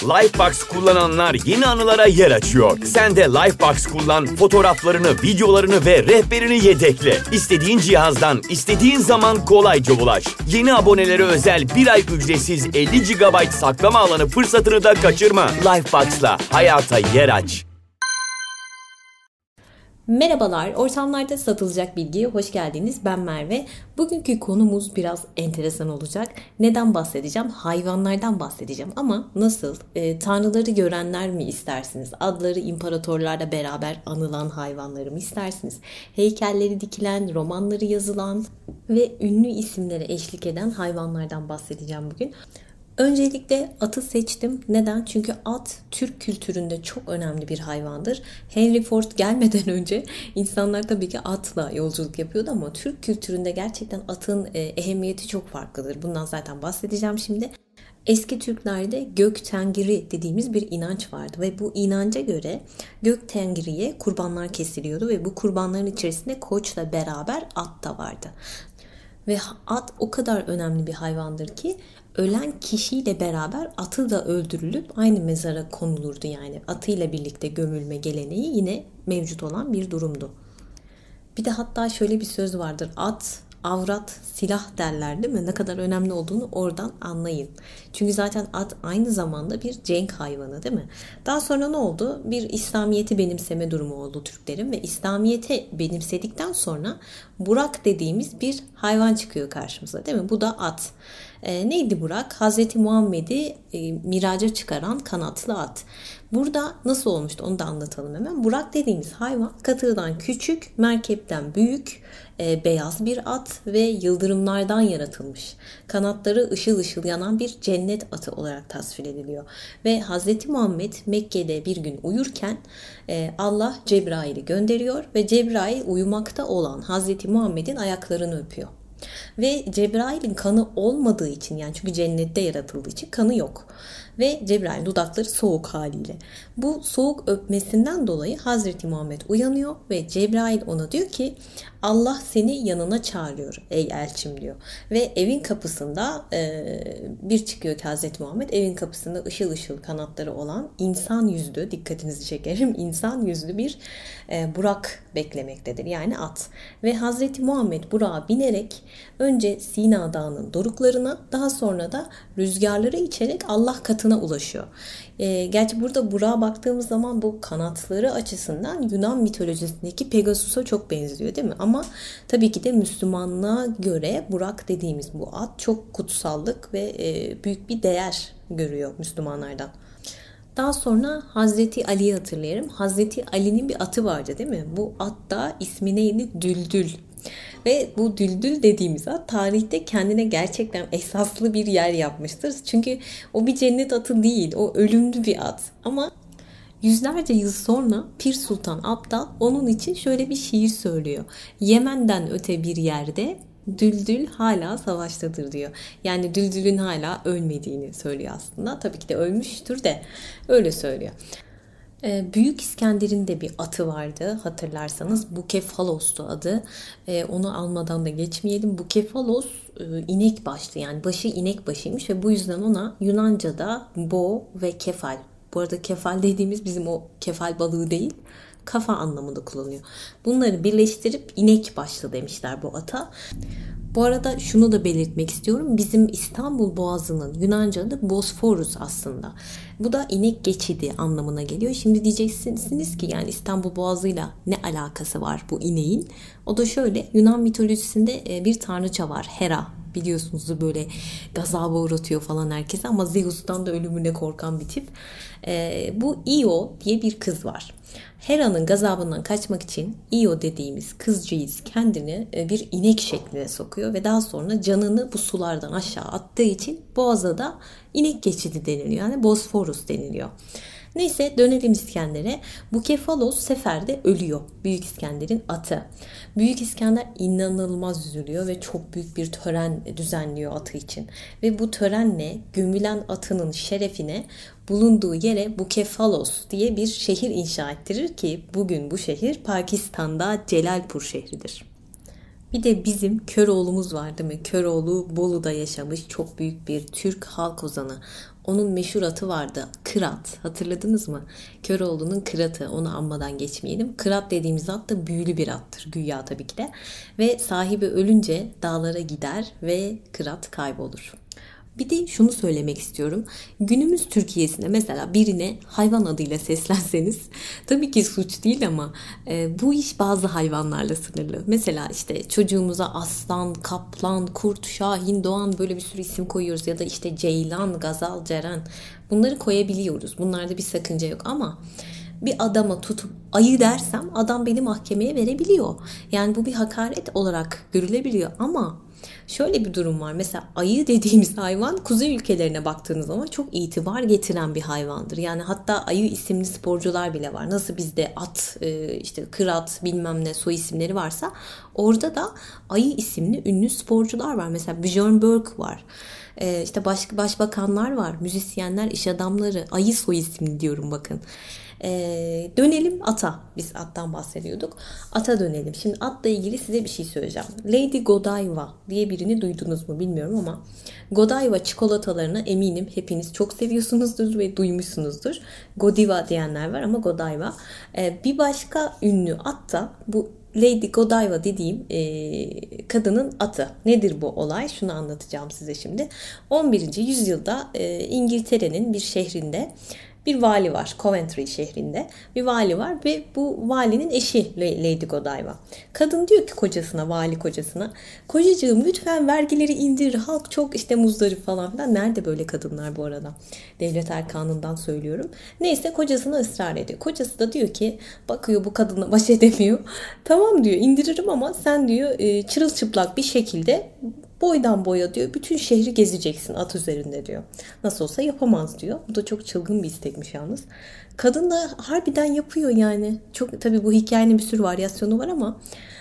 Lifebox kullananlar yeni anılara yer açıyor. Sen de Lifebox kullan, fotoğraflarını, videolarını ve rehberini yedekle. İstediğin cihazdan, istediğin zaman kolayca ulaş. Yeni abonelere özel 1 ay ücretsiz 50 GB saklama alanı fırsatını da kaçırma. Lifebox'la hayata yer aç. Merhabalar, ortamlarda satılacak bilgiye hoş geldiniz. Ben Merve. Bugünkü konumuz biraz enteresan olacak. Neden bahsedeceğim? Hayvanlardan bahsedeceğim. Ama nasıl? Tanrıları görenler mi istersiniz? Adları imparatorlarla beraber anılan hayvanları mı istersiniz? Heykelleri dikilen, romanları yazılan ve ünlü isimlere eşlik eden hayvanlardan bahsedeceğim bugün. Öncelikle atı seçtim. Neden? Çünkü at Türk kültüründe çok önemli bir hayvandır. Henry Ford gelmeden önce insanlar tabii ki atla yolculuk yapıyordu ama Türk kültüründe gerçekten atın ehemmiyeti çok farklıdır. Bundan zaten bahsedeceğim şimdi. Eski Türklerde gök tengri dediğimiz bir inanç vardı ve bu inanca göre gök tengriye kurbanlar kesiliyordu ve bu kurbanların içerisinde koçla beraber at da vardı. Ve at o kadar önemli bir hayvandır ki ölen kişiyle beraber atı da öldürülüp aynı mezara konulurdu yani. Atıyla birlikte gömülme geleneği yine mevcut olan bir durumdu. Bir de hatta şöyle bir söz vardır. At, avrat, silah derler değil mi? Ne kadar önemli olduğunu oradan anlayın. Çünkü zaten at aynı zamanda bir cenk hayvanı değil mi? Daha sonra ne oldu? Bir İslamiyet'i benimseme durumu oldu Türklerin ve İslamiyet'i benimsedikten sonra Burak dediğimiz bir hayvan çıkıyor karşımıza değil mi? Bu da at. Neydi Burak? Hazreti Muhammed'i miraca çıkaran kanatlı at. Burada nasıl olmuştu onu da anlatalım hemen. Burak dediğimiz hayvan katırdan küçük, merkepten büyük, beyaz bir at ve yıldırımlardan yaratılmış. Kanatları ışıl ışıl yanan bir cennet atı olarak tasvir ediliyor. Ve Hazreti Muhammed Mekke'de bir gün uyurken Allah Cebrail'i gönderiyor ve Cebrail uyumakta olan Hazreti Muhammed'in ayaklarını öpüyor. Ve Cebrail'in kanı olmadığı için yani çünkü cennette yaratıldığı için kanı yok. Ve Cebrail dudakları soğuk haliyle. Bu soğuk öpmesinden dolayı Hazreti Muhammed uyanıyor ve Cebrail ona diyor ki Allah seni yanına çağırıyor ey elçim diyor. Ve evin kapısında bir çıkıyor ki Hazreti Muhammed evin kapısında ışıl ışıl kanatları olan insan yüzlü, dikkatinizi çekerim, insan yüzlü bir Burak beklemektedir yani at. Ve Hazreti Muhammed Burak'a binerek önce Sina Dağı'nın doruklarına daha sonra da rüzgarları içerek Allah katına ulaşıyor. Gerçi burada Burak'a baktığımız zaman bu kanatları açısından Yunan mitolojisindeki Pegasus'a çok benziyor değil mi? Ama tabii ki de Müslümanlığa göre Burak dediğimiz bu at çok kutsallık ve büyük bir değer görüyor Müslümanlardan. Daha sonra Hazreti Ali'yi hatırlayalım. Hazreti Ali'nin bir atı vardı değil mi? Bu at da ismi neydi? Düldül. Ve bu Düldül dediğimiz at tarihte kendine gerçekten esaslı bir yer yapmıştır. Çünkü o bir cennet atı değil, o ölümlü bir at. Ama yüzlerce yıl sonra Pir Sultan Abdal onun için şöyle bir şiir söylüyor. Yemen'den öte bir yerde Düldül hala savaştadır diyor. Yani Düldül'ün hala ölmediğini söylüyor aslında. Tabii ki de ölmüştür de öyle söylüyor. Büyük İskender'in de bir atı vardı hatırlarsanız. Bukephalos'tu adı. Onu almadan da geçmeyelim. Bukephalos inek başlı yani başı inek başıymış ve bu yüzden ona Yunanca'da bo ve kefal. Bu arada kefal dediğimiz bizim o kefal balığı değil. Kafa anlamında kullanıyor. Bunları birleştirip inek başlı demişler bu ata. Bu arada şunu da belirtmek istiyorum. Bizim İstanbul Boğazı'nın Yunanca adı Bosforus aslında. Bu da inek geçidi anlamına geliyor. Şimdi diyeceksiniz ki yani İstanbul Boğazı'yla ne alakası var bu ineğin? O da şöyle, Yunan mitolojisinde bir tanrıça var, Hera. Biliyorsunuz böyle gazaba uğratıyor falan herkese ama Zeus'tan da ölümüne korkan bir tip. Bu Io diye bir kız var. Hera'nın gazabından kaçmak için Io dediğimiz kızcağız kendini bir inek şekline sokuyor ve daha sonra canını bu sulardan aşağı attığı için Boğaz'a da inek geçidi deniliyor. Yani Bosforus deniliyor. Neyse dönelim İskender'e. Bukephalos seferde ölüyor. Büyük İskender'in atı. Büyük İskender inanılmaz üzülüyor ve çok büyük bir tören düzenliyor atı için. Ve bu törenle gömülen atının şerefine bulunduğu yere Bukephalos diye bir şehir inşa ettirir ki bugün bu şehir Pakistan'da Celalpur şehridir. Bir de bizim Köroğlu'muz var değil mi? Köroğlu Bolu'da yaşamış çok büyük bir Türk halk ozanı. Onun meşhur atı vardı. Kırat. Hatırladınız mı? Köroğlu'nun Kırat'ı. Onu anmadan geçmeyelim. Kırat dediğimiz at da büyülü bir attır. Güya tabii ki de. Ve sahibi ölünce dağlara gider ve Kırat kaybolur. Bir de şunu söylemek istiyorum. Günümüz Türkiye'sinde mesela birine hayvan adıyla seslenseniz tabii ki suç değil ama bu iş bazı hayvanlarla sınırlı. Mesela işte çocuğumuza aslan, kaplan, kurt, şahin, doğan böyle bir sürü isim koyuyoruz ya da işte ceylan, gazal, ceren bunları koyabiliyoruz. Bunlarda bir sakınca yok ama bir adama tutup ayı dersem adam beni mahkemeye verebiliyor. Yani bu bir hakaret olarak görülebiliyor ama şöyle bir durum var. Mesela ayı dediğimiz hayvan kuzey ülkelerine baktığınız zaman çok itibar getiren bir hayvandır. Yani hatta ayı isimli sporcular bile var. Nasıl bizde at, işte kırat bilmem ne soy isimleri varsa orada da ayı isimli ünlü sporcular var. Mesela Björn Borg var. İşte başbakanlar var, müzisyenler, iş adamları, ayı soy ismini diyorum bakın. Dönelim ata. Biz attan bahsediyorduk. Ata dönelim. Şimdi atla ilgili size bir şey söyleyeceğim. Lady Godiva diye birini duydunuz mu bilmiyorum ama Godiva çikolatalarını eminim hepiniz çok seviyorsunuzdur ve duymuşsunuzdur. Godiva diyenler var ama Godiva. Bir başka ünlü at da bu Lady Godiva dediğim kadının atı. Nedir bu olay? Şunu anlatacağım size şimdi. 11. yüzyılda İngiltere'nin bir şehrinde bir vali var. Coventry şehrinde bir vali var ve bu valinin eşi Lady Godiva. Kadın diyor ki kocasına, vali kocasına, kocacığım lütfen vergileri indir. Halk çok işte muzdarip falan filan. Nerede böyle kadınlar bu arada? Devlet erkanından söylüyorum. Neyse kocasına ısrar ediyor. Kocası da diyor ki bakıyor bu kadına baş edemiyor. Tamam diyor indiririm ama sen diyor çırılçıplak bir şekilde boydan boya diyor bütün şehri gezeceksin at üzerinde diyor. Nasıl olsa yapamaz diyor. Bu da çok çılgın bir istekmiş yalnız. Kadın da harbiden yapıyor yani. Çok tabii bu hikayenin bir sürü varyasyonu var ama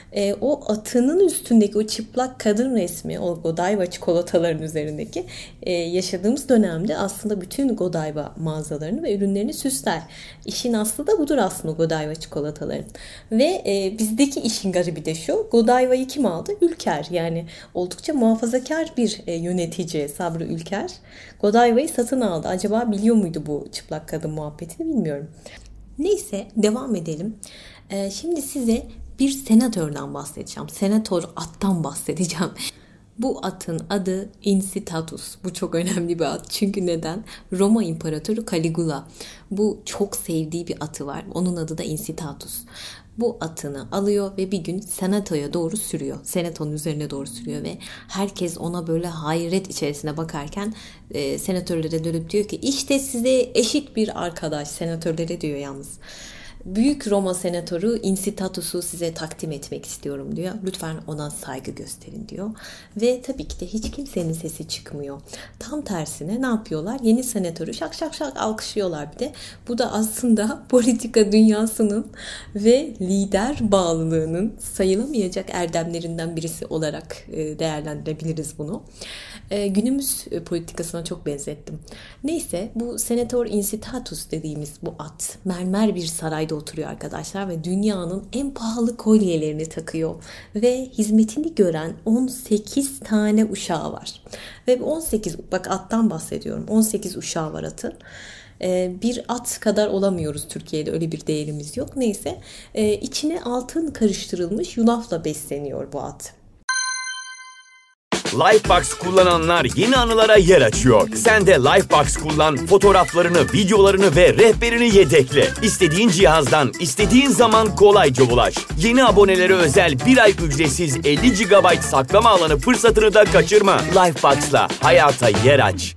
o atının üstündeki o çıplak kadın resmi, o Godiva çikolataların üzerindeki yaşadığımız dönemde aslında bütün Godiva mağazalarını ve ürünlerini süsler. İşin aslı da budur aslında Godiva çikolataların. Ve bizdeki işin garibi de şu, Godiva'yı kim aldı? Ülker. Yani oldukça muhafazakar bir yönetici Sabri Ülker. Godiva'yı satın aldı. Acaba biliyor muydu bu çıplak kadın muhabbetini bilmiyorum. Neyse devam edelim. Şimdi size bir senatörden bahsedeceğim. Senatör attan bahsedeceğim. Bu atın adı Incitatus. Bu çok önemli bir at. Çünkü neden? Roma İmparatoru Caligula. Bu çok sevdiği bir atı var. Onun adı da Incitatus. Bu atını alıyor ve bir gün senatoya doğru sürüyor. Senatonun üzerine doğru sürüyor ve herkes ona böyle hayret içerisine bakarken senatörlere dönüp diyor ki işte size eşit bir arkadaş. Senatörlere diyor yalnız. Büyük Roma senatörü Incitatus'u size takdim etmek istiyorum diyor. Lütfen ona saygı gösterin diyor. Ve tabii ki de hiç kimsenin sesi çıkmıyor. Tam tersine ne yapıyorlar? Yeni senatörü şak şak şak alkışlıyorlar bir de. Bu da aslında politika dünyasının ve lider bağlılığının sayılamayacak erdemlerinden birisi olarak değerlendirebiliriz bunu. Günümüz politikasına çok benzettim. Neyse bu senatör Incitatus dediğimiz bu at mermer bir sarayda oturuyor arkadaşlar ve dünyanın en pahalı kolyelerini takıyor ve hizmetini gören 18 tane uşağı var. Ve 18 bak attan bahsediyorum. 18 uşağı var atın. Bir at kadar olamıyoruz Türkiye'de öyle bir değerimiz yok. Neyse içine altın karıştırılmış yulafla besleniyor bu at. Lifebox kullananlar yeni anılara yer açıyor. Sen de Lifebox kullan, fotoğraflarını, videolarını ve rehberini yedekle. İstediğin cihazdan, istediğin zaman kolayca ulaş. Yeni abonelere özel bir ay ücretsiz 50 GB saklama alanı fırsatını da kaçırma. Lifebox'la hayata yer aç.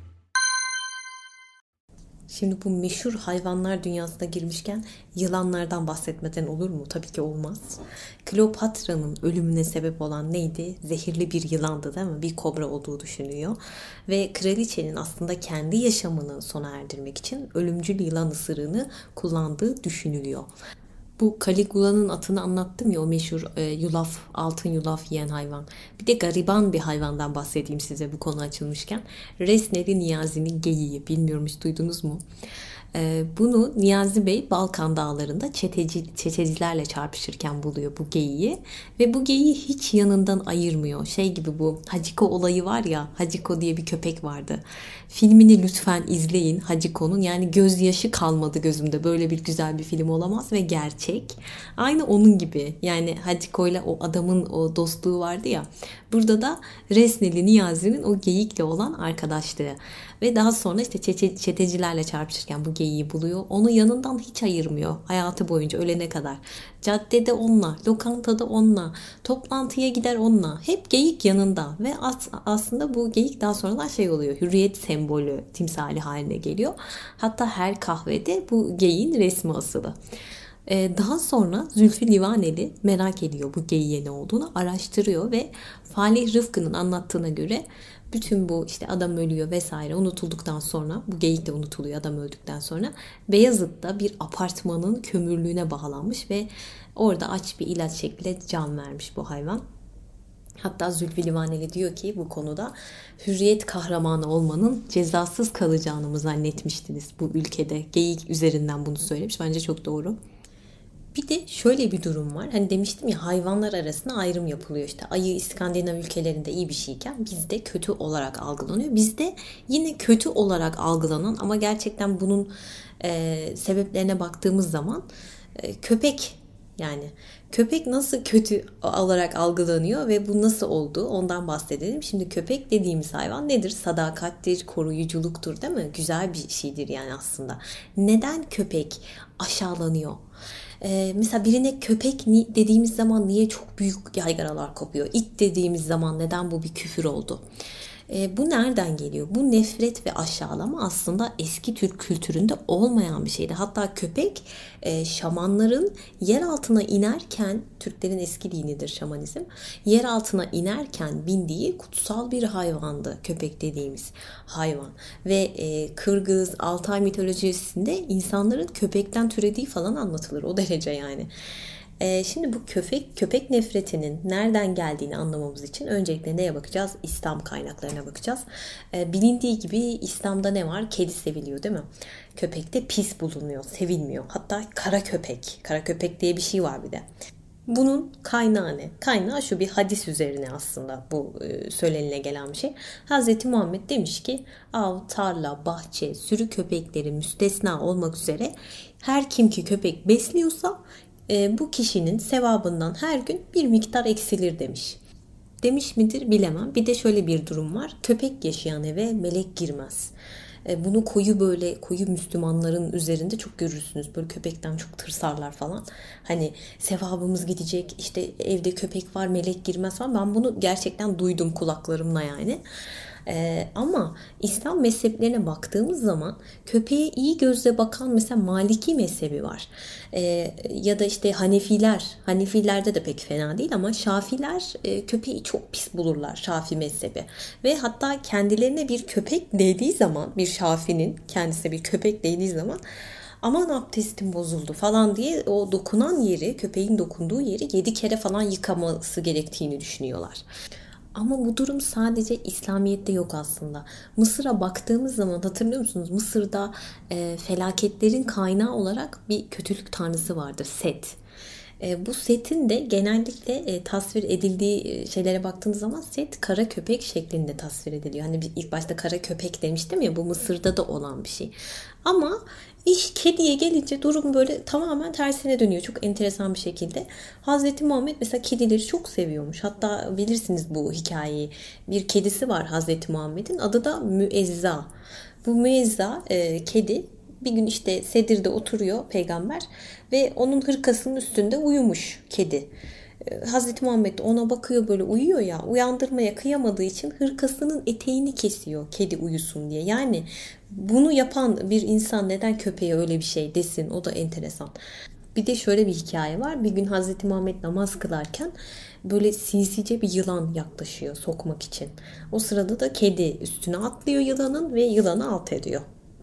Şimdi bu meşhur hayvanlar dünyasına girmişken yılanlardan bahsetmeden olur mu? Tabii ki olmaz. Kleopatra'nın ölümüne sebep olan neydi? Zehirli bir yılandı değil mi? Bir kobra olduğu düşünülüyor. Ve kraliçenin aslında kendi yaşamını sona erdirmek için ölümcül yılan ısırığını kullandığı düşünülüyor. Bu Caligula'nın atını anlattım ya o meşhur yulaf, altın yulaf yiyen hayvan. Bir de gariban bir hayvandan bahsedeyim size bu konu açılmışken. Resneri Niyazi'nin geyiği. Bilmiyorum hiç duydunuz mu? Bunu Niyazi Bey Balkan Dağları'nda çetecilerle çarpışırken buluyor bu geyiği. Ve bu geyiği hiç yanından ayırmıyor. Şey gibi, bu Hachiko olayı var ya, Hachiko diye bir köpek vardı. Filmini lütfen izleyin Hachiko'nun. Yani gözyaşı kalmadı gözümde. Böyle bir güzel bir film olamaz ve gerçek. Aynı onun gibi. Yani Hachiko ile o adamın o dostluğu vardı ya. Burada da Resneli Niyazi'nin o geyikle olan arkadaşlığı. Ve daha sonra işte çetecilerle çarpışırken bu geyiği buluyor. Onu yanından hiç ayırmıyor hayatı boyunca ölene kadar. Caddede onunla, lokantada onunla, toplantıya gider onunla. Hep geyik yanında ve aslında bu geyik daha sonradan şey oluyor. Hürriyet sembolü, timsali haline geliyor. Hatta her kahvede bu geyiğin resmi asılı. Daha sonra Zülfü Livaneli merak ediyor bu geyiğe ne olduğunu, araştırıyor ve Falih Rıfkı'nın anlattığına göre bütün bu işte adam ölüyor vesaire unutulduktan sonra, bu geyik de unutuluyor adam öldükten sonra, Beyazıt'ta bir apartmanın kömürlüğüne bağlanmış ve orada aç bir ilaç şekliyle can vermiş bu hayvan. Hatta Zülfü Livaneli diyor ki bu konuda, hürriyet kahramanı olmanın cezasız kalacağını mı zannetmiştiniz bu ülkede? Geyik üzerinden bunu söylemiş. Bence çok doğru. Bir de şöyle bir durum var. Hani demiştim ya, hayvanlar arasında ayrım yapılıyor. İşte ayı İskandinav ülkelerinde iyi bir şeyken bizde kötü olarak algılanıyor. Bizde yine kötü olarak algılanan ama gerçekten bunun sebeplerine baktığımız zaman köpek, yani köpek nasıl kötü olarak algılanıyor ve bu nasıl oldu, ondan bahsedelim. Şimdi köpek dediğimiz hayvan nedir? Sadakattir, koruyuculuktur, değil mi? Güzel bir şeydir yani aslında. Neden köpek aşağılanıyor? Mesela birine köpek dediğimiz zaman niye çok büyük yaygaralar kopuyor? İt dediğimiz zaman neden bu bir küfür oldu? Bu nereden geliyor? Bu nefret ve aşağılama aslında eski Türk kültüründe olmayan bir şeydi. Hatta köpek şamanların yer altına inerken, Türklerin eski dinidir şamanizm, yer altına inerken bindiği kutsal bir hayvandı köpek dediğimiz hayvan. Ve Kırgız, Altay mitolojisinde insanların köpekten türediği falan anlatılır, o derece yani. Şimdi bu köpek nefretinin nereden geldiğini anlamamız için öncelikle neye bakacağız? İslam kaynaklarına bakacağız. Bilindiği gibi İslam'da ne var? Kedi seviliyor, değil mi? Köpekte pis bulunuyor, sevilmiyor. Hatta kara köpek. Kara köpek diye bir şey var bir de. Bunun kaynağı ne? Kaynağı şu, bir hadis üzerine aslında bu söylenile gelen bir şey. Hazreti Muhammed demiş ki, av, tarla, bahçe, sürü köpekleri müstesna olmak üzere her kim ki köpek besliyorsa bu kişinin sevabından her gün bir miktar eksilir demiş. Demiş midir bilemem. Bir de şöyle bir durum var. Köpek yaşayan eve melek girmez. Bunu koyu Müslümanların üzerinde çok görürsünüz. Böyle köpekten çok tırsarlar falan. Hani sevabımız gidecek, işte evde köpek var, melek girmez falan. Ben bunu gerçekten duydum kulaklarımla yani. Ama İslam mezheplerine baktığımız zaman köpeğe iyi gözle bakan mesela Maliki mezhebi var. Ya da işte Hanefilerde de pek fena değil ama Şafiler köpeği çok pis bulurlar, Şafi mezhebi. Ve hatta kendilerine bir köpek değdiği zaman, bir Şafinin kendisine bir köpek değdiği zaman, aman abdestim bozuldu falan diye o dokunan yeri, köpeğin dokunduğu yeri 7 kere falan yıkaması gerektiğini düşünüyorlar. Ama bu durum sadece İslamiyet'te yok aslında. Mısır'a baktığımız zaman hatırlıyor musunuz? Mısır'da felaketlerin kaynağı olarak bir kötülük tanrısı vardır, Set. Bu Set'in de genellikle tasvir edildiği şeylere baktığınız zaman Set kara köpek şeklinde tasvir ediliyor. Hani ilk başta kara köpek demiştim ya, bu Mısır'da da olan bir şey. Ama İş kediye gelince durum böyle tamamen tersine dönüyor. Çok enteresan bir şekilde. Hazreti Muhammed mesela kedileri çok seviyormuş. Hatta bilirsiniz bu hikayeyi. Bir kedisi var Hazreti Muhammed'in. Adı da Müezza. Bu Müezza kedi bir gün işte sedirde oturuyor peygamber ve onun hırkasının üstünde uyumuş kedi. Hazreti Muhammed ona bakıyor, böyle uyuyor ya, uyandırmaya kıyamadığı için hırkasının eteğini kesiyor kedi uyusun diye. Yani bunu yapan bir insan neden köpeğe öyle bir şey desin? O da enteresan. Bir de şöyle bir hikaye var. Bir gün Hazreti Muhammed namaz kılarken böyle sinsice bir yılan yaklaşıyor sokmak için. O sırada da kedi üstüne atlıyor yılanın ve yılanı alt ediyor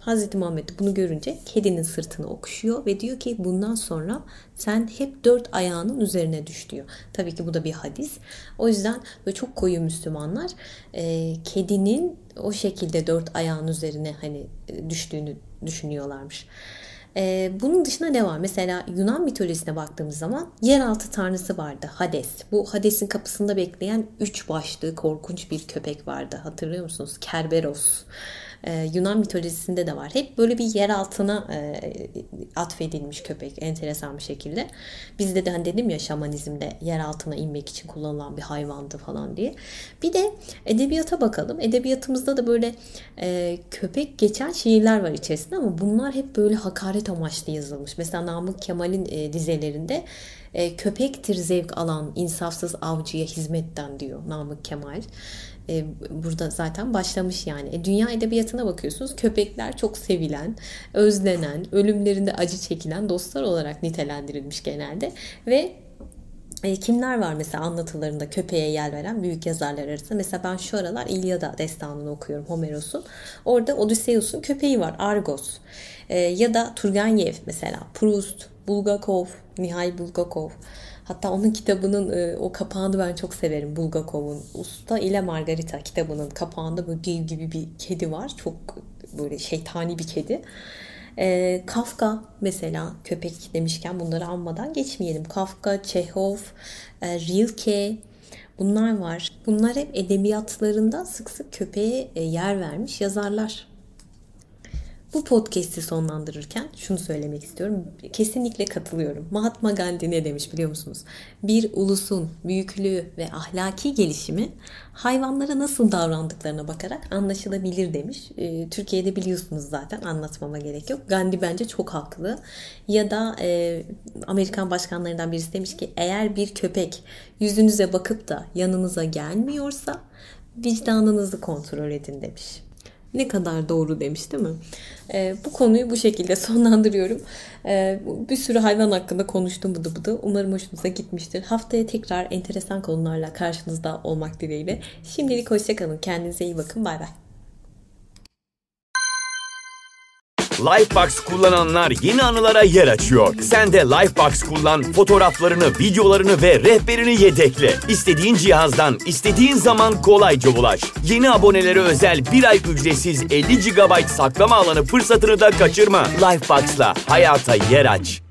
Hazreti Muhammed bunu görünce kedinin sırtını okşuyor ve diyor ki bundan sonra sen hep 4 ayağının üzerine düş diyor. Tabii ki bu da bir hadis. O yüzden böyle çok koyu Müslümanlar kedinin o şekilde 4 ayağın üzerine hani düştüğünü düşünüyorlarmış. Bunun dışında ne var? Mesela Yunan mitolojisine baktığımız zaman yeraltı tanrısı vardı, Hades. Bu Hades'in kapısında bekleyen 3 başlı korkunç bir köpek vardı. Hatırlıyor musunuz? Kerberos. Yunan mitolojisinde de var. Hep böyle bir yer altına atfedilmiş köpek enteresan bir şekilde. Bizde de hani dedim ya şamanizmde yer altına inmek için kullanılan bir hayvandı falan diye. Bir de edebiyata bakalım. Edebiyatımızda da böyle köpek geçen şiirler var içerisinde ama bunlar hep böyle hakaret amaçlı yazılmış. Mesela Namık Kemal'in dizelerinde köpektir zevk alan insafsız avcıya hizmetten diyor Namık Kemal. Burada zaten başlamış yani. Dünya edebiyatına bakıyorsunuz. Köpekler çok sevilen, özlenen, ölümlerinde acı çekilen dostlar olarak nitelendirilmiş genelde. Ve kimler var mesela anlatılarında köpeğe yer veren büyük yazarlar arasında? Mesela ben şu aralar İlyada destanını okuyorum, Homeros'un. Orada Odysseus'un köpeği var, Argos. Ya da Turgenev mesela, Proust, Bulgakov, Mihail Bulgakov. Hatta onun kitabının o kapağını ben çok severim, Bulgakov'un. Usta ile Margarita kitabının kapağında böyle dev gibi bir kedi var. Çok böyle şeytani bir kedi. Kafka mesela, köpek demişken bunları anmadan geçmeyelim. Kafka, Çehov, Rilke, bunlar var. Bunlar hep edebiyatlarında sık sık köpeğe yer vermiş yazarlar. Bu podcast'i sonlandırırken şunu söylemek istiyorum. Kesinlikle katılıyorum. Mahatma Gandhi ne demiş biliyor musunuz? Bir ulusun büyüklüğü ve ahlaki gelişimi hayvanlara nasıl davrandıklarına bakarak anlaşılabilir demiş. Türkiye'de biliyorsunuz zaten, anlatmama gerek yok. Gandhi bence çok haklı. Ya da Amerikan başkanlarından birisi demiş ki eğer bir köpek yüzünüze bakıp da yanınıza gelmiyorsa vicdanınızı kontrol edin demiş. Ne kadar doğru demiş değil mi? Bu konuyu bu şekilde sonlandırıyorum. Bir sürü hayvan hakkında konuştum bıdı bıdı. Umarım hoşunuza gitmiştir. Haftaya tekrar enteresan konularla karşınızda olmak dileğiyle. Şimdilik hoşça kalın. Kendinize iyi bakın. Bay bay. Lifebox kullananlar yeni anılara yer açıyor. Sen de Lifebox kullan, fotoğraflarını, videolarını ve rehberini yedekle. İstediğin cihazdan, istediğin zaman kolayca ulaş. Yeni abonelere özel 1 ay ücretsiz 50 GB saklama alanı fırsatını da kaçırma. Lifebox'la hayata yer aç.